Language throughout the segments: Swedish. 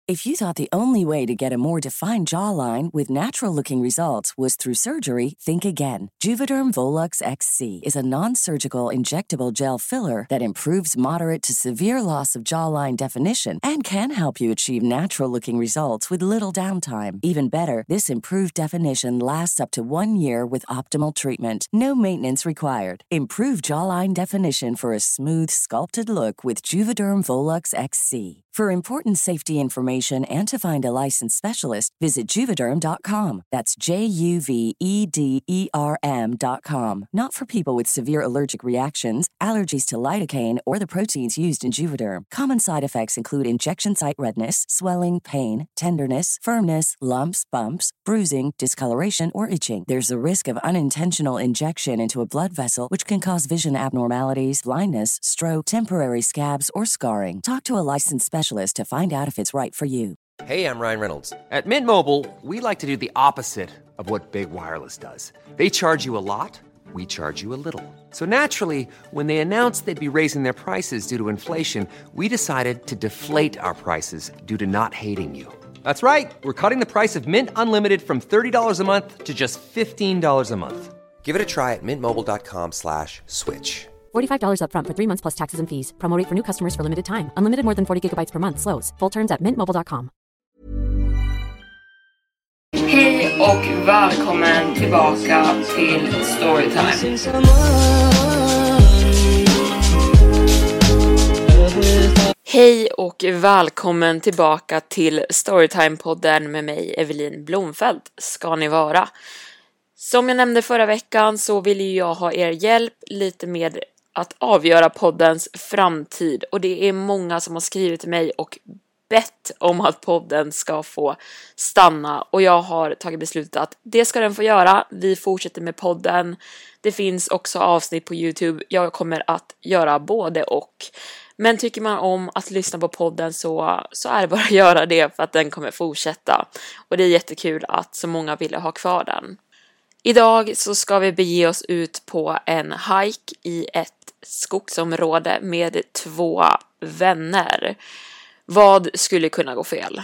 If you thought the only way to get a more defined jawline with natural-looking results was through surgery, think again. Juvederm Volux XC is a non-surgical injectable gel filler that improves moderate to severe loss of jawline definition and can help you achieve natural-looking results with little downtime. Even better, this improved definition lasts up to 1 year with optimal treatment. No maintenance required. Improve jawline definition for a smooth, sculpted look with Juvederm Volux XC. For important safety information and to find a licensed specialist, visit Juvederm.com. That's Juvederm.com. Not for people with severe allergic reactions, allergies to lidocaine, or the proteins used in Juvederm. Common side effects include injection site redness, swelling, pain, tenderness, firmness, lumps, bumps, bruising, discoloration, or itching. There's a risk of unintentional injection into a blood vessel, which can cause vision abnormalities, blindness, stroke, temporary scabs, or scarring. Talk to a licensed specialist to find out if it's right for you. Hey, I'm Ryan Reynolds. At Mint Mobile, we like to do the opposite of what Big Wireless does. They charge you a lot, we charge you a little. So naturally, when they announced they'd be raising their prices due to inflation, we decided to deflate our prices due to not hating you. That's right. We're cutting the price of Mint Unlimited from $30 a month to just $15 a month. Give it a try at mintmobile.com/switch. $45 up front for 3 months plus taxes and fees. Promo rate for new customers for limited time. Unlimited more than 40 gigabytes per month. Slows full terms at mintmobile.com. Hej och välkommen tillbaka till Storytime. Hej och välkommen tillbaka till Storytime-podden med mig, Evelin Blomfelt. Ska ni vara? Som jag nämnde förra veckan så vill jag ha er hjälp lite med att avgöra poddens framtid. Och det är många som har skrivit till mig och bett om att podden ska få stanna. Och jag har tagit beslutet att det ska den få göra. Vi fortsätter med podden. Det finns också avsnitt på YouTube. Jag kommer att göra både och. Men tycker man om att lyssna på podden så är det bara att göra det, för att den kommer fortsätta. Och det är jättekul att så många ville ha kvar den. Idag så ska vi bege oss ut på en hike i ett skogsområde med 2 vänner. Vad skulle kunna gå fel?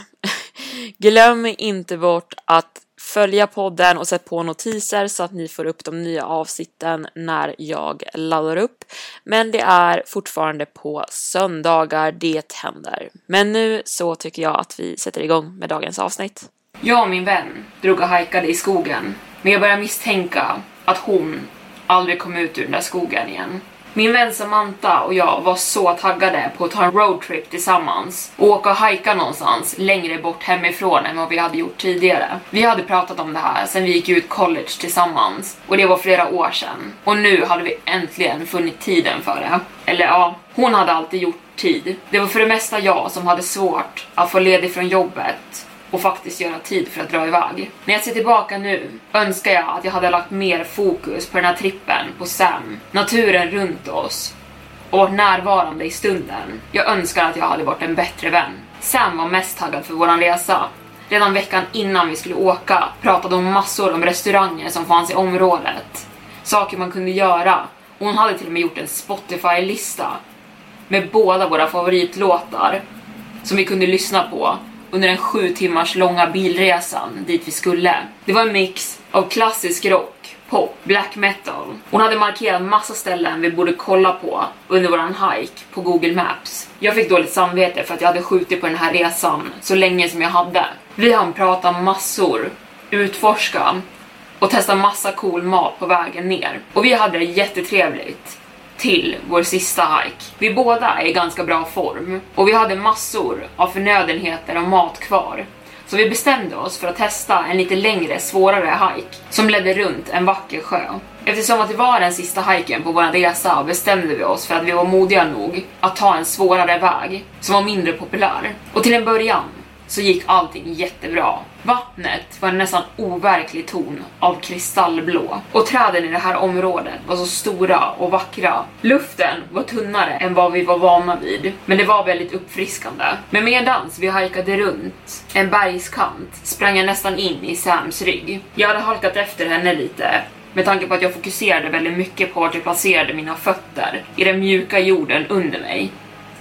Glöm inte bort att följa podden och sätt på notiser så att ni får upp de nya avsnitten när jag laddar upp. Men det är fortfarande på söndagar det händer. Men nu så tycker jag att vi sätter igång med dagens avsnitt. Jag och min vän drog och hajkade i skogen. Men jag började misstänka att hon aldrig kom ut ur den där skogen igen. Min vän Samantha och jag var så taggade på att ta en roadtrip tillsammans och åka och hajka någonstans längre bort hemifrån än vad vi hade gjort tidigare. Vi hade pratat om det här sen vi gick ut college tillsammans, och det var flera år sedan. Och nu hade vi äntligen funnit tiden för det. Eller ja, hon hade alltid gjort tid. Det var för det mesta jag som hade svårt att få ledigt från jobbet och faktiskt göra tid för att dra iväg. När jag ser tillbaka nu önskar jag att jag hade lagt mer fokus på den här trippen, på Sam, naturen runt oss och varit närvarande i stunden. Jag önskar att jag hade varit en bättre vän. Sam var mest taggad för våran resa. Redan veckan innan vi skulle åka pratade hon massor om restauranger som fanns i området, saker man kunde göra. Och hon hade till och med gjort en Spotify-lista med båda våra favoritlåtar som vi kunde lyssna på under den 7 timmars långa bilresan dit vi skulle. Det var en mix av klassisk rock, pop, black metal. Hon hade markerat massa ställen vi borde kolla på under våran hike på Google Maps. Jag fick dåligt samvete för att jag hade skjutit på den här resan så länge som jag hade. Vi hann prata massor, utforska och testa massa cool mat på vägen ner. Och vi hade det jättetrevligt till vår sista hike. Vi båda är i ganska bra form och vi hade massor av förnödenheter och mat kvar. Så vi bestämde oss för att testa en lite längre, svårare hike som ledde runt en vacker sjö. Eftersom att det var den sista hiken på vår resa bestämde vi oss för att vi var modiga nog att ta en svårare väg som var mindre populär. Och till en början så gick allting jättebra. Vattnet var en nästan overklig ton av kristallblå. Och träden i det här området var så stora och vackra. Luften var tunnare än vad vi var vana vid. Men det var väldigt uppfriskande. Men medans vi hajkade runt en bergskant sprang jag nästan in i Sams rygg. Jag hade halkat efter henne lite, med tanke på att jag fokuserade väldigt mycket på att jag placerade mina fötter i den mjuka jorden under mig.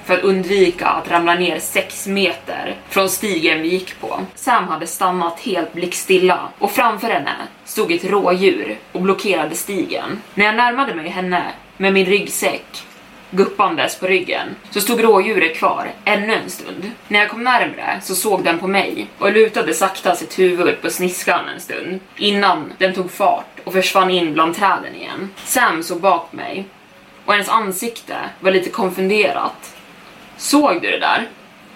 för att undvika att ramla ner 6 meter från stigen vi gick på. Sam hade stannat helt blickstilla och framför henne stod ett rådjur och blockerade stigen. När jag närmade mig henne med min ryggsäck guppandes på ryggen så stod rådjuret kvar ännu en stund. När jag kom närmare så såg den på mig och lutade sakta sitt huvud på sniskan en stund innan den tog fart och försvann in bland träden igen. Sam såg bak mig och hennes ansikte var lite konfunderat. Såg du det där?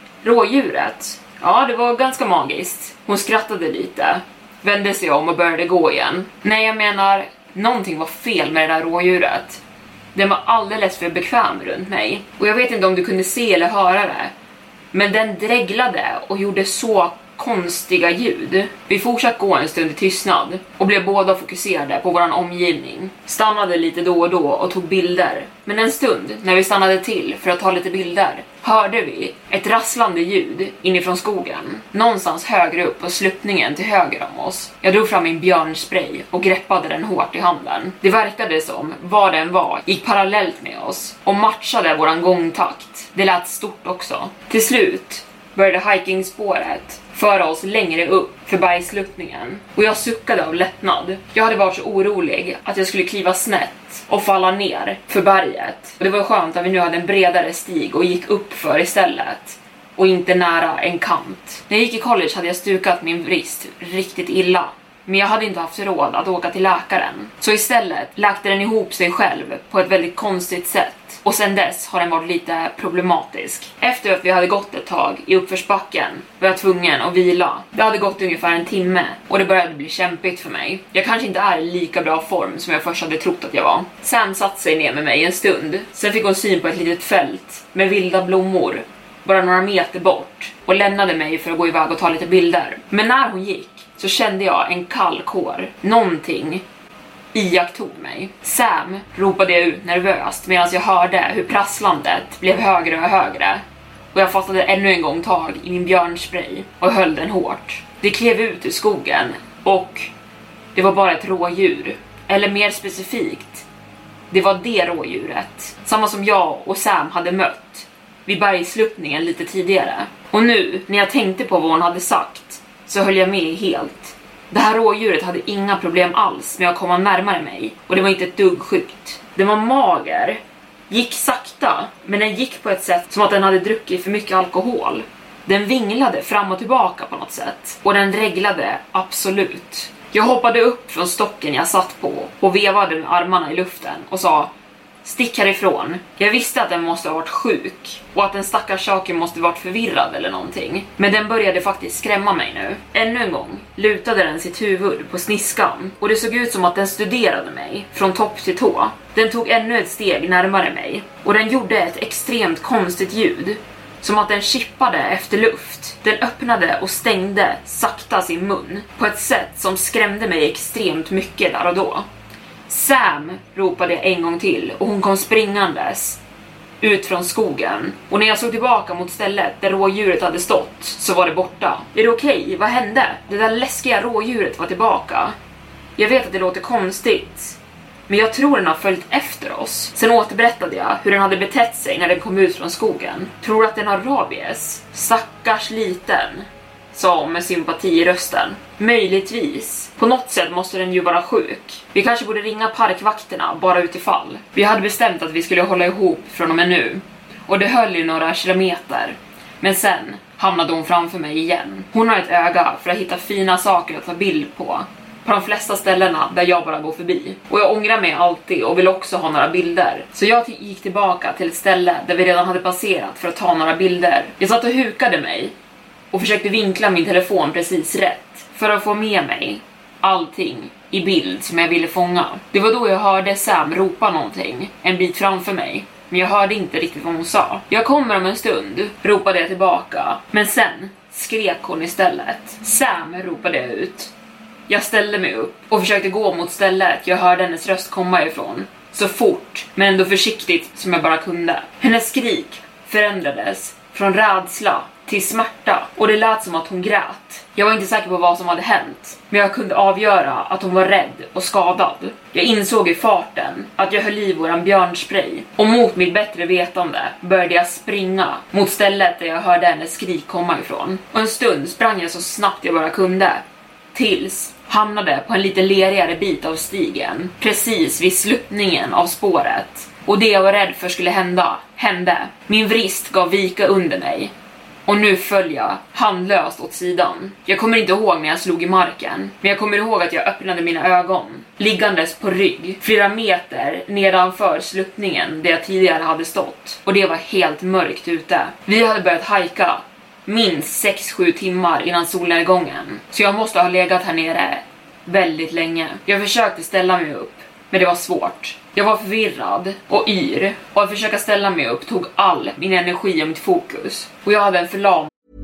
Rådjuret? Ja, det var ganska magiskt. Hon skrattade lite, vände sig om och började gå igen. Nej, jag menar, någonting var fel med det där rådjuret. Den var alldeles för bekväm runt mig. Och jag vet inte om du kunde se eller höra det, men den dreglade och gjorde så konstiga ljud. Vi fortsatte gå en stund i tystnad och blev båda fokuserade på våran omgivning. Stannade lite då och då och tog bilder. Men en stund, när vi stannade till för att ta lite bilder, hörde vi ett rasslande ljud inifrån skogen. Någonstans högre upp på sluttningen till höger om oss. Jag drog fram min björnspray och greppade den hårt i handen. Det verkade som, vad den var, gick parallellt med oss och matchade våran gångtakt. Det lät stort också. Till slut började hikingspåret föra oss längre upp för bergsluttningen och jag suckade av lättnad. Jag hade varit så orolig att jag skulle kliva snett och falla ner för berget. Och det var skönt att vi nu hade en bredare stig och gick upp för istället och inte nära en kant. När jag gick i college hade jag stukat min vrist riktigt illa, men jag hade inte haft råd att åka till läkaren. Så istället läkte den ihop sig själv på ett väldigt konstigt sätt. Och sen dess har den varit lite problematisk. Efter att vi hade gått ett tag i uppförsbacken var jag tvungen att vila. Det hade gått ungefär en timme och det började bli kämpigt för mig. Jag kanske inte är i lika bra form som jag först hade trott att jag var. Sam satt sig ner med mig en stund. Sen fick hon syn på ett litet fält med vilda blommor bara några meter bort och lämnade mig för att gå iväg och ta lite bilder. Men när hon gick så kände jag en kall kår. Någonting iakttog mig. Sam, ropade jag ut nervöst medan jag hörde hur prasslandet blev högre och högre. Och jag fattade ännu en gång tag i min björnspray och höll den hårt. Det klev ut ur skogen och det var bara ett rådjur. Eller mer specifikt, det var det rådjuret. Samma som jag och Sam hade mött vid bergsluttningen lite tidigare. Och nu, när jag tänkte på vad hon hade sagt, så höll jag med helt. Det här rådjuret hade inga problem alls med att komma närmare mig. Och det var inte ett dugg sjukt. Den var mager, gick sakta, men den gick på ett sätt som att den hade druckit för mycket alkohol. Den vinglade fram och tillbaka på något sätt. Och den reglade absolut. Jag hoppade upp från stocken jag satt på och vevade med armarna i luften och sa: stick härifrån. Jag visste att den måste ha varit sjuk och att den stackars saken måste varit förvirrad eller någonting. Men den började faktiskt skrämma mig nu. Ännu en gång lutade den sitt huvud på sniskan och det såg ut som att den studerade mig från topp till tå. Den tog ännu ett steg närmare mig och den gjorde ett extremt konstigt ljud. Som att den chippade efter luft. Den öppnade och stängde sakta sin mun på ett sätt som skrämde mig extremt mycket där och då. Sam, ropade jag en gång till och hon kom springandes ut från skogen. Och när jag såg tillbaka mot stället där rådjuret hade stått så var det borta. Är det okej? Vad hände? Det där läskiga rådjuret var tillbaka. Jag vet att det låter konstigt, men jag tror den har följt efter oss. Sen återberättade jag hur den hade betett sig när den kom ut från skogen. Tror att den har rabies? Stackars liten, sa hon med sympati i rösten. Möjligtvis. På något sätt måste den ju vara sjuk. Vi kanske borde ringa parkvakterna bara utifall. Vi hade bestämt att vi skulle hålla ihop från och med nu. Och det höll ju några kilometer. Men sen hamnade hon framför mig igen. Hon har ett öga för att hitta fina saker att ta bild på de flesta ställena där jag bara går förbi. Och jag ångrar mig alltid och vill också ha några bilder. Så jag gick tillbaka till ett ställe där vi redan hade passerat för att ta några bilder. Jag satt och hukade mig och försökte vinkla min telefon precis rätt för att få med mig allting i bild som jag ville fånga. Det var då jag hörde Sam ropa någonting en bit framför mig, men jag hörde inte riktigt vad hon sa. Jag kommer om en stund, ropade jag tillbaka, men sen skrek hon istället. Sam, ropade jag ut. Jag ställde mig upp och försökte gå mot stället jag hörde hennes röst komma ifrån. Så fort, men ändå försiktigt som jag bara kunde. Hennes skrik förändrades från rädsla till smärta och det lät som att hon grät. Jag var inte säker på vad som hade hänt, men jag kunde avgöra att hon var rädd och skadad. Jag insåg i farten att jag höll i våran björnspray, och mot mitt bättre vetande började jag springa mot stället där jag hörde hennes skrik komma ifrån. Och en stund sprang jag så snabbt jag bara kunde, tills hamnade på en lite lerigare bit av stigen, precis vid sluttningen av spåret. Och det jag var rädd för skulle hände. Min vrist gav vika under mig, och nu föll jag handlöst åt sidan. Jag kommer inte ihåg när jag slog i marken, men jag kommer ihåg att jag öppnade mina ögon, liggandes på rygg, flera meter nedanför sluttningen där jag tidigare hade stått. Och det var helt mörkt ute. Vi hade börjat hajka minst 6-7 timmar innan solnedgången, så jag måste ha legat här nere väldigt länge. Jag försökte ställa mig upp, men det var svårt. Jag var förvirrad och yr, och att försöka ställa mig upp tog all min energi och mitt fokus. Och jag hade en förlam.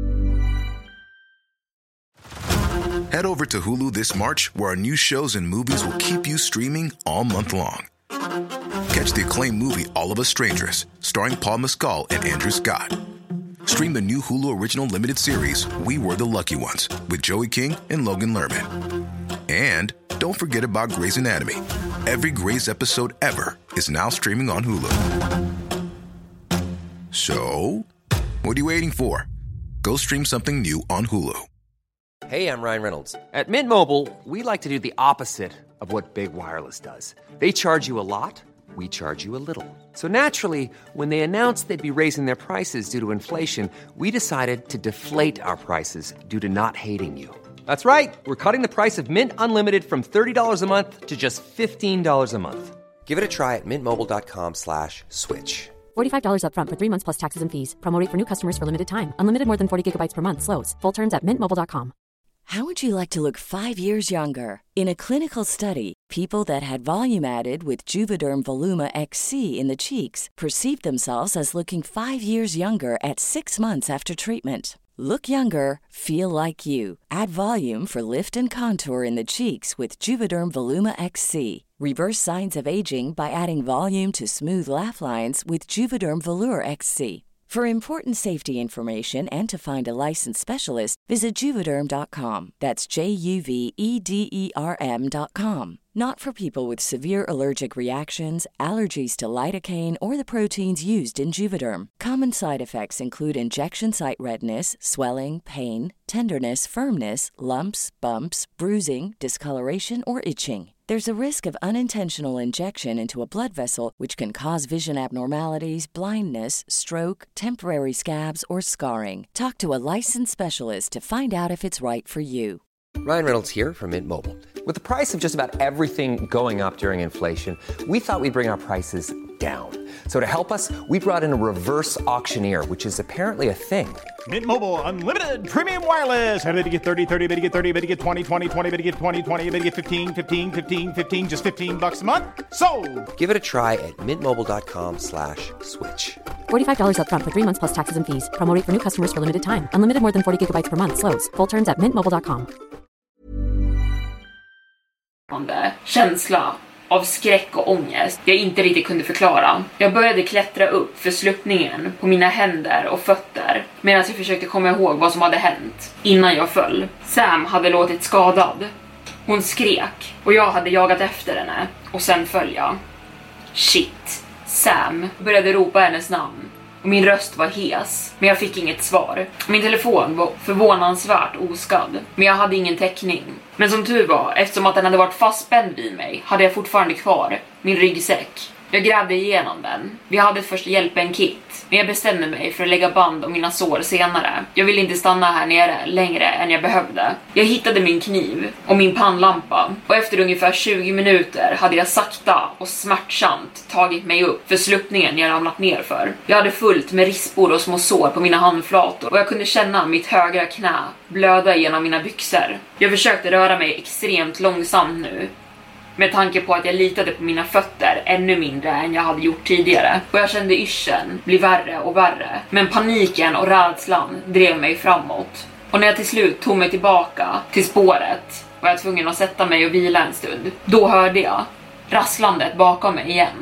Head over to Hulu this March, where our new shows and movies will keep you streaming all month long. Catch the acclaimed movie All of Us Strangers, starring Paul Mescal and Andrew Scott. Stream the new Hulu original limited series We Were the Lucky Ones with Joey King and Logan Lerman. And don't forget about Grey's Anatomy. Every Grey's episode ever is now streaming on Hulu. So, what are you waiting for? Go stream something new on Hulu. Hey, I'm Ryan Reynolds. At Mint Mobile, we like to do the opposite of what Big Wireless does. They charge you a lot, we charge you a little. So naturally, when they announced they'd be raising their prices due to inflation, we decided to deflate our prices due to not hating you. That's right. We're cutting the price of Mint Unlimited from $30 a month to just $15 a month. Give it a try at mintmobile.com/switch. $45 up front for 3 months plus taxes and fees. Promo rate for new customers for limited time. Unlimited more than 40 gigabytes per month slows. Full terms at mintmobile.com. How would you like to look 5 years younger? In a clinical study, people that had volume added with Juvederm Voluma XC in the cheeks perceived themselves as looking 5 years younger at 6 months after treatment. Look younger, feel like you. Add volume for lift and contour in the cheeks with Juvederm Voluma XC. Reverse signs of aging by adding volume to smooth laugh lines with Juvederm Volure XC. For important safety information and to find a licensed specialist, visit Juvederm.com. That's JUVEDERM.com. Not for people with severe allergic reactions, allergies to lidocaine, or the proteins used in Juvederm. Common side effects include injection site redness, swelling, pain, tenderness, firmness, lumps, bumps, bruising, discoloration, or itching. There's a risk of unintentional injection into a blood vessel, which can cause vision abnormalities, blindness, stroke, temporary scabs, or scarring. Talk to a licensed specialist to find out if it's right for you. Ryan Reynolds here from Mint Mobile. With the price of just about everything going up during inflation, we thought we'd bring our prices down. So to help us, we brought in a reverse auctioneer, which is apparently a thing. Mint Mobile Unlimited Premium Wireless. How to get 30, 30, bit to get 30, bit to get 20, 20, 20, bit to get 20, 20, bit to get 15, 15, 15, 15, just $15 a month? Sold! Give it a try at mintmobile.com/switch. $45 up front for 3 months plus taxes and fees. Promo rate for new customers for limited time. Unlimited more than 40 gigabytes per month slows. Full terms at mintmobile.com. Känsla av skräck och ångest jag inte riktigt kunde förklara. Jag började klättra upp för sluttningen på mina händer och fötter medan jag försökte komma ihåg vad som hade hänt innan jag föll. Sam hade låtit skadad. Hon skrek och jag hade jagat efter henne och sen föll jag. Shit. Sam började ropa hennes namn och min röst var hes, men jag fick inget svar. Min telefon var förvånansvärt oskadd, men jag hade ingen täckning. Men som tur var, eftersom att den hade varit fastspänd vid mig, hade jag fortfarande kvar min ryggsäck. Jag grävde igenom den. Vi hade ett första hjälpen-kit, men jag bestämde mig för att lägga band om mina sår senare. Jag ville inte stanna här nere längre än jag behövde. Jag hittade min kniv och min pannlampa, och efter ungefär 20 minuter hade jag sakta och smärtsamt tagit mig upp för sluttningen jag ramlat ner för. Jag hade fullt med rispor och små sår på mina handflator, och jag kunde känna mitt högra knä blöda genom mina byxor. Jag försökte röra mig extremt långsamt nu, med tanke på att jag litade på mina fötter ännu mindre än jag hade gjort tidigare. Och jag kände yrseln bli värre och värre. Men paniken och rädslan drev mig framåt. Och när jag till slut tog mig tillbaka till spåret var jag tvungen att sätta mig och vila en stund. Då hörde jag rasslandet bakom mig igen.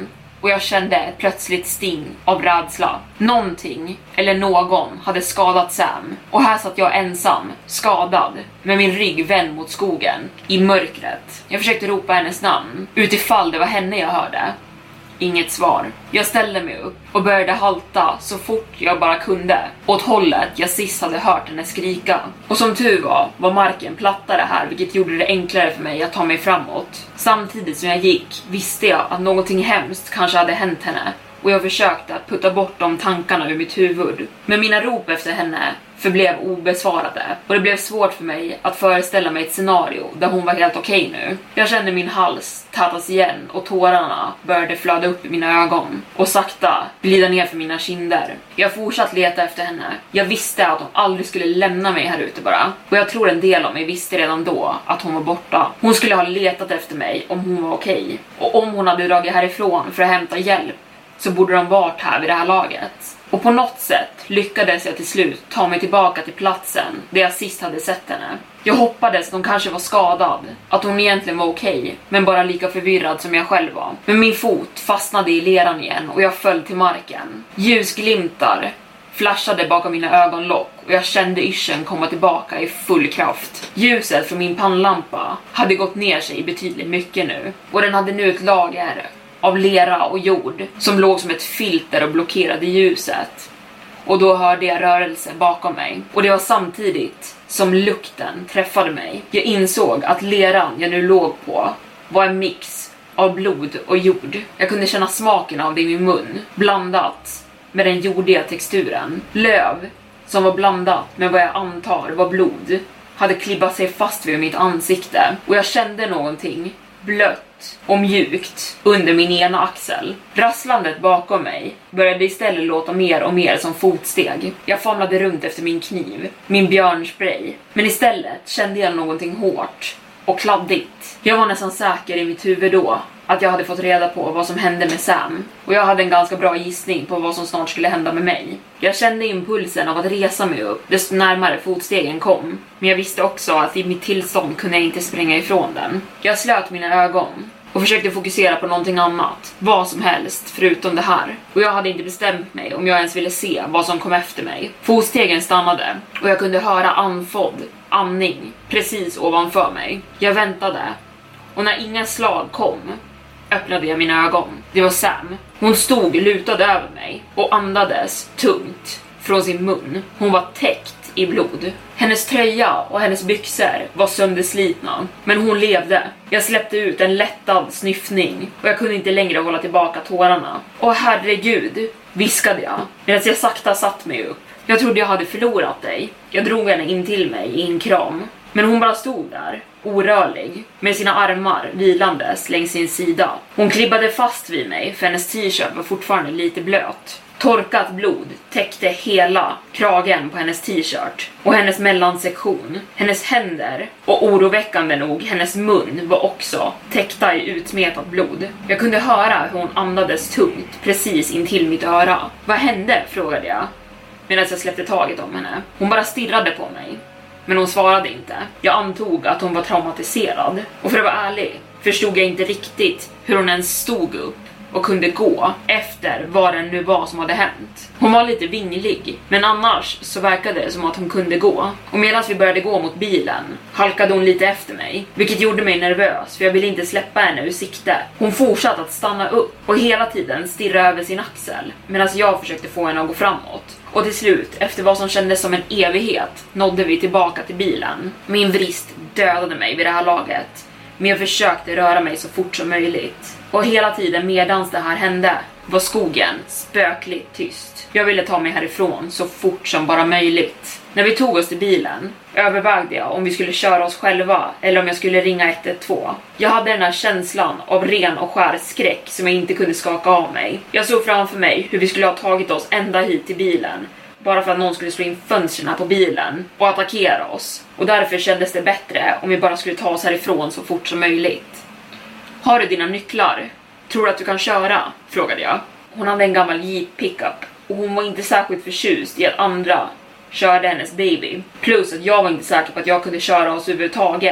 och jag kände ett plötsligt sting av rädsla. Någonting eller någon hade skadat Sam och här satt jag ensam, skadad, med min rygg vänd mot skogen, i mörkret. Jag försökte ropa hennes namn, utifall det var henne jag hörde. Inget svar. Jag ställde mig upp och började halta så fort jag bara kunde, åt hållet jag sist hade hört henne skrika. Och som tur var marken plattare här, vilket gjorde det enklare för mig att ta mig framåt. Samtidigt som jag gick visste jag att någonting hemskt kanske hade hänt henne, och jag försökte att putta bort de tankarna ur mitt huvud. Men mina rop efter henne förblev obesvarade, och det blev svårt för mig att föreställa mig ett scenario där hon var helt okej nu. Jag kände min hals tätas igen och tårarna började flöda upp i mina ögon och sakta glida ner för mina kinder. Jag fortsatte leta efter henne. Jag visste att hon aldrig skulle lämna mig här ute bara, och jag tror en del av mig visste redan då att hon var borta. Hon skulle ha letat efter mig om hon var okej, och om hon hade dragit härifrån för att hämta hjälp så borde de varit här vid det här laget. Och på något sätt lyckades jag till slut ta mig tillbaka till platsen där jag sist hade sett henne. Jag hoppades att hon kanske var skadad, att hon egentligen var okej, men bara lika förvirrad som jag själv var. Men min fot fastnade i leran igen och jag föll till marken. Ljusglimtar flashade bakom mina ögonlock och jag kände yrseln komma tillbaka i full kraft. Ljuset från min pannlampa hade gått ner sig betydligt mycket nu, och den hade nu ett lager av lera och jord som låg som ett filter och blockerade ljuset. Och då hörde jag rörelse bakom mig, och det var samtidigt som lukten träffade mig. Jag insåg att leran jag nu låg på var en mix av blod och jord. Jag kunde känna smaken av det i min mun, blandat med den jordiga texturen. Löv som var blandat med vad jag antar var blod hade klibbat sig fast vid mitt ansikte, och jag kände någonting blött och mjukt under min ena axel. Rasslandet bakom mig började istället låta mer och mer som fotsteg. Jag famlade runt efter min kniv, min björnspray, men istället kände jag någonting hårt och kladdigt. Jag var nästan säker i mitt huvud då att jag hade fått reda på vad som hände med Sam, och jag hade en ganska bra gissning på vad som snart skulle hända med mig. Jag kände impulsen av att resa mig upp desto närmare fotstegen kom, men jag visste också att i mitt tillstånd kunde jag inte springa ifrån den. Jag slöt mina ögon och försökte fokusera på någonting annat, vad som helst förutom det här. Och jag hade inte bestämt mig om jag ens ville se vad som kom efter mig. Fotstegen stannade och jag kunde höra andfådd andning precis ovanför mig. Jag väntade, och när inga slag kom öppnade jag mina ögon. Det var Sam. Hon stod lutad över mig och andades tungt från sin mun. Hon var täckt i blod. Hennes tröja och hennes byxor var sönderslitna, men hon levde. Jag släppte ut en lättad snyftning och jag kunde inte längre hålla tillbaka tårarna. Åh herregud, viskade jag medan jag sakta satt mig upp. Jag trodde jag hade förlorat dig. Jag drog henne in till mig i en kram, men hon bara stod där, orörlig, med sina armar vilandes längs sin sida. Hon klibbade fast vid mig, för hennes t-shirt var fortfarande lite blöt. Torkat blod täckte hela kragen på hennes t-shirt och hennes mellansektion. Hennes händer och oroväckande nog hennes mun var också täckta i utsmetat blod. Jag kunde höra hur hon andades tungt precis intill mitt öra. Vad hände? Frågade jag medan jag släppte taget om henne. Hon bara stirrade på mig, men hon svarade inte. Jag antog att hon var traumatiserad, och för att vara ärlig förstod jag inte riktigt hur hon ens stod upp och kunde gå efter vad det nu var som hade hänt. Hon var lite vinglig, men annars så verkade det som att hon kunde gå. Och medan vi började gå mot bilen halkade hon lite efter mig, vilket gjorde mig nervös, för jag ville inte släppa henne ur sikte. Hon fortsatte att stanna upp och hela tiden stirra över sin axel, medan jag försökte få henne att gå framåt. Och till slut, efter vad som kändes som en evighet, nådde vi tillbaka till bilen. Min vrist dödade mig vid det här laget, men jag försökte röra mig så fort som möjligt. Och hela tiden medans det här hände var skogen spökligt tyst. Jag ville ta mig härifrån så fort som bara möjligt. När vi tog oss till bilen övervägde jag om vi skulle köra oss själva eller om jag skulle ringa 112. Jag hade den här känslan av ren och skär skräck som jag inte kunde skaka av mig. Jag såg framför mig hur vi skulle ha tagit oss ända hit till bilen, bara för att någon skulle slå in fönstren på bilen och attackera oss. Och därför kändes det bättre om vi bara skulle ta oss härifrån så fort som möjligt. Har du dina nycklar? Tror du att du kan köra? Frågade jag. Hon hade en gammal Jeep pickup och hon var inte särskilt förtjust i att andra körde hennes baby. Plus att jag var inte säker på att jag kunde köra oss överhuvudtaget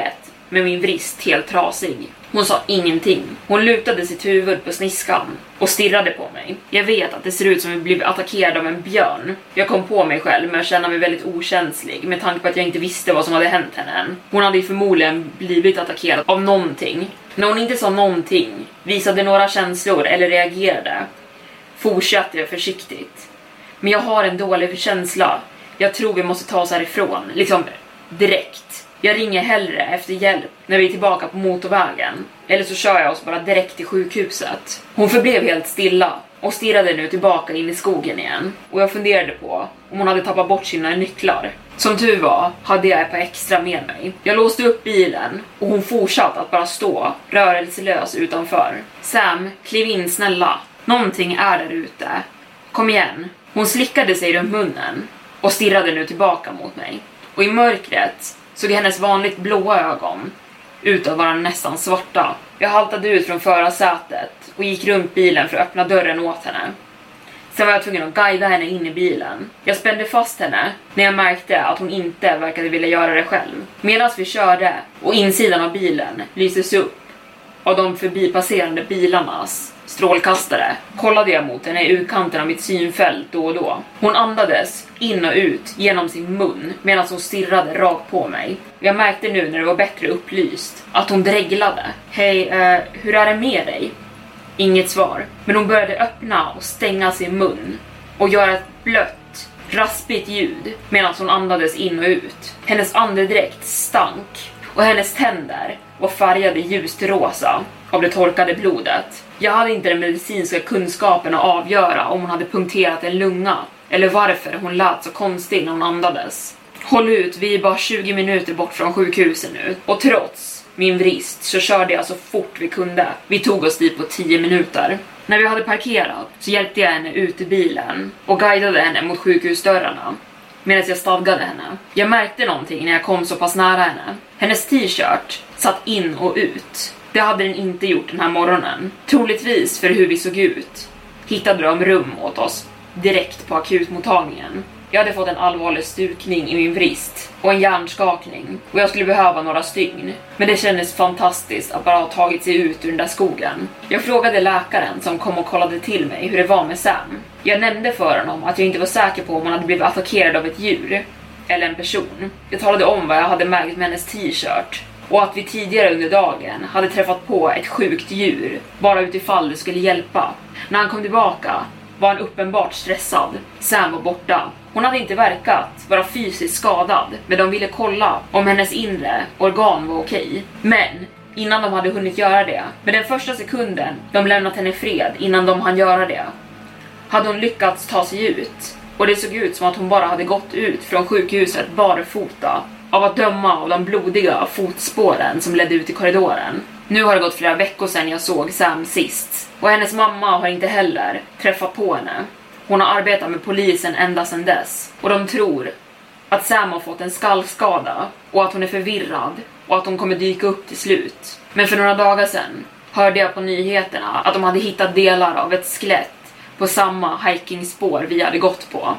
med min vrist helt trasig. Hon sa ingenting. Hon lutade sitt huvud på sniskan och stirrade på mig. Jag vet att det ser ut som att jag blivit attackerad av en björn. Jag kom på mig själv med att känna mig väldigt okänslig med tanke på att jag inte visste vad som hade hänt henne än. Hon hade ju förmodligen blivit attackerad av någonting. När hon inte sa någonting, visade några känslor eller reagerade, fortsatte jag försiktigt. Men jag har en dålig känsla. Jag tror vi måste ta oss härifrån. Liksom direkt. Jag ringer hellre efter hjälp när vi är tillbaka på motorvägen. Eller så kör jag oss bara direkt till sjukhuset. Hon förblev helt stilla och stirrade nu tillbaka in i skogen igen. Och jag funderade på om hon hade tappat bort sina nycklar. Som tur var hade jag ett par extra med mig. Jag låste upp bilen och hon fortsatte att bara stå rörelselös utanför. Sam, kliv in snälla. Någonting är där ute. Kom igen. Hon slickade sig runt munnen och stirrade nu tillbaka mot mig. Och i mörkret såg hennes vanligt blåa ögon ut att vara nästan svarta. Jag haltade ut från förarsätet och gick runt bilen för att öppna dörren åt henne. Sen var jag tvungen att guida henne in i bilen. Jag spände fast henne när jag märkte att hon inte verkade vilja göra det själv. Medan vi körde och insidan av bilen lystes upp av de förbipasserande bilarnas strålkastare, kollade jag mot henne i utkanten av mitt synfält då och då. Hon andades in och ut genom sin mun medan hon stirrade rakt på mig. Jag märkte nu när det var bättre upplyst att hon dreglade. Hej, hur är det med dig? Inget svar. Men hon började öppna och stänga sin mun och göra ett blött, raspigt ljud medan hon andades in och ut. Hennes andedräkt stank och hennes tänder var färgade ljust rosa av det torkade blodet. Jag hade inte den medicinska kunskapen att avgöra om hon hade punkterat en lunga eller varför hon lät så konstigt när hon andades. Håll ut, vi är bara 20 minuter bort från sjukhuset nu. Och trots min vrist så körde jag så fort vi kunde. Vi tog oss dit på 10 minuter. När vi hade parkerat så hjälpte jag henne ut i bilen och guidade henne mot sjukhusdörrarna medan jag stadgade henne. Jag märkte någonting när jag kom så pass nära henne. Hennes t-shirt satt in och ut. Det hade den inte gjort den här morgonen. Troligtvis för hur vi såg ut hittade de rum åt oss direkt på akutmottagningen. Jag hade fått en allvarlig stukning i min vrist och en hjärnskakning och jag skulle behöva några stygn. Men det kändes fantastiskt att bara ha tagit sig ut ur den där skogen. Jag frågade läkaren som kom och kollade till mig hur det var med Sam. Jag nämnde för honom att jag inte var säker på om han hade blivit attackerad av ett djur eller en person. Jag talade om vad jag hade märkt med hennes t-shirt och att vi tidigare under dagen hade träffat på ett sjukt djur bara utifall det skulle hjälpa. När han kom tillbaka var han uppenbart stressad. Sam var borta. Hon hade inte verkat vara fysiskt skadad, men de ville kolla om hennes inre organ var okej. Men innan de hade hunnit göra det, med den första sekunden de lämnat henne fred innan de hann göra det, hade hon lyckats ta sig ut. Och det såg ut som att hon bara hade gått ut från sjukhuset barfota, av att döma av de blodiga fotspåren som ledde ut i korridoren. Nu har det gått flera veckor sedan jag såg Sam sist. Och hennes mamma har inte heller träffat på henne. Hon har arbetat med polisen ända sedan dess. Och de tror att Sam har fått en skallskada och att hon är förvirrad och att hon kommer dyka upp till slut. Men för några dagar sedan hörde jag på nyheterna att de hade hittat delar av ett skelett på samma hikingspår vi hade gått på.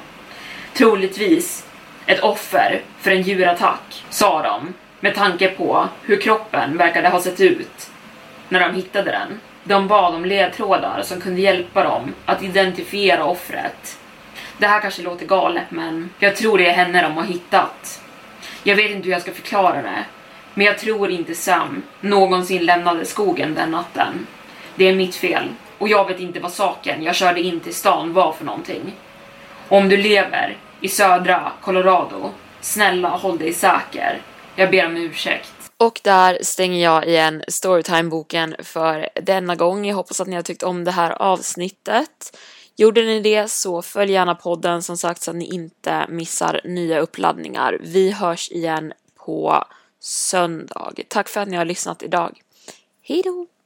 Troligtvis ett offer för en djurattack, sa de, med tanke på hur kroppen verkade ha sett ut när de hittade den. De bad om ledtrådar som kunde hjälpa dem att identifiera offret. Det här kanske låter galet, men jag tror det är henne de har hittat. Jag vet inte hur jag ska förklara det, men jag tror inte Sam någonsin lämnade skogen den natten. Det är mitt fel, och jag vet inte vad saken jag körde in till stan var för någonting. Om du lever i södra Colorado, snälla håll dig säker. Jag ber om ursäkt. Och där stänger jag igen Storytime-boken för denna gång. Jag hoppas att ni har tyckt om det här avsnittet. Gjorde ni det så följ gärna podden som sagt så att ni inte missar nya uppladdningar. Vi hörs igen på söndag. Tack för att ni har lyssnat idag. Hej då!